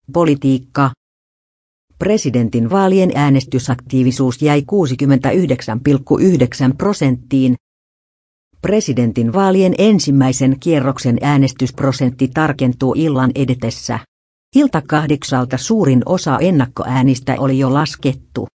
Politiikka. Presidentinvaalien äänestysaktiivisuus jäi 69,9%. Presidentinvaalien ensimmäisen kierroksen äänestysprosentti tarkentuu illan edetessä. Ilta 8 suurin osa ennakkoäänistä oli jo laskettu.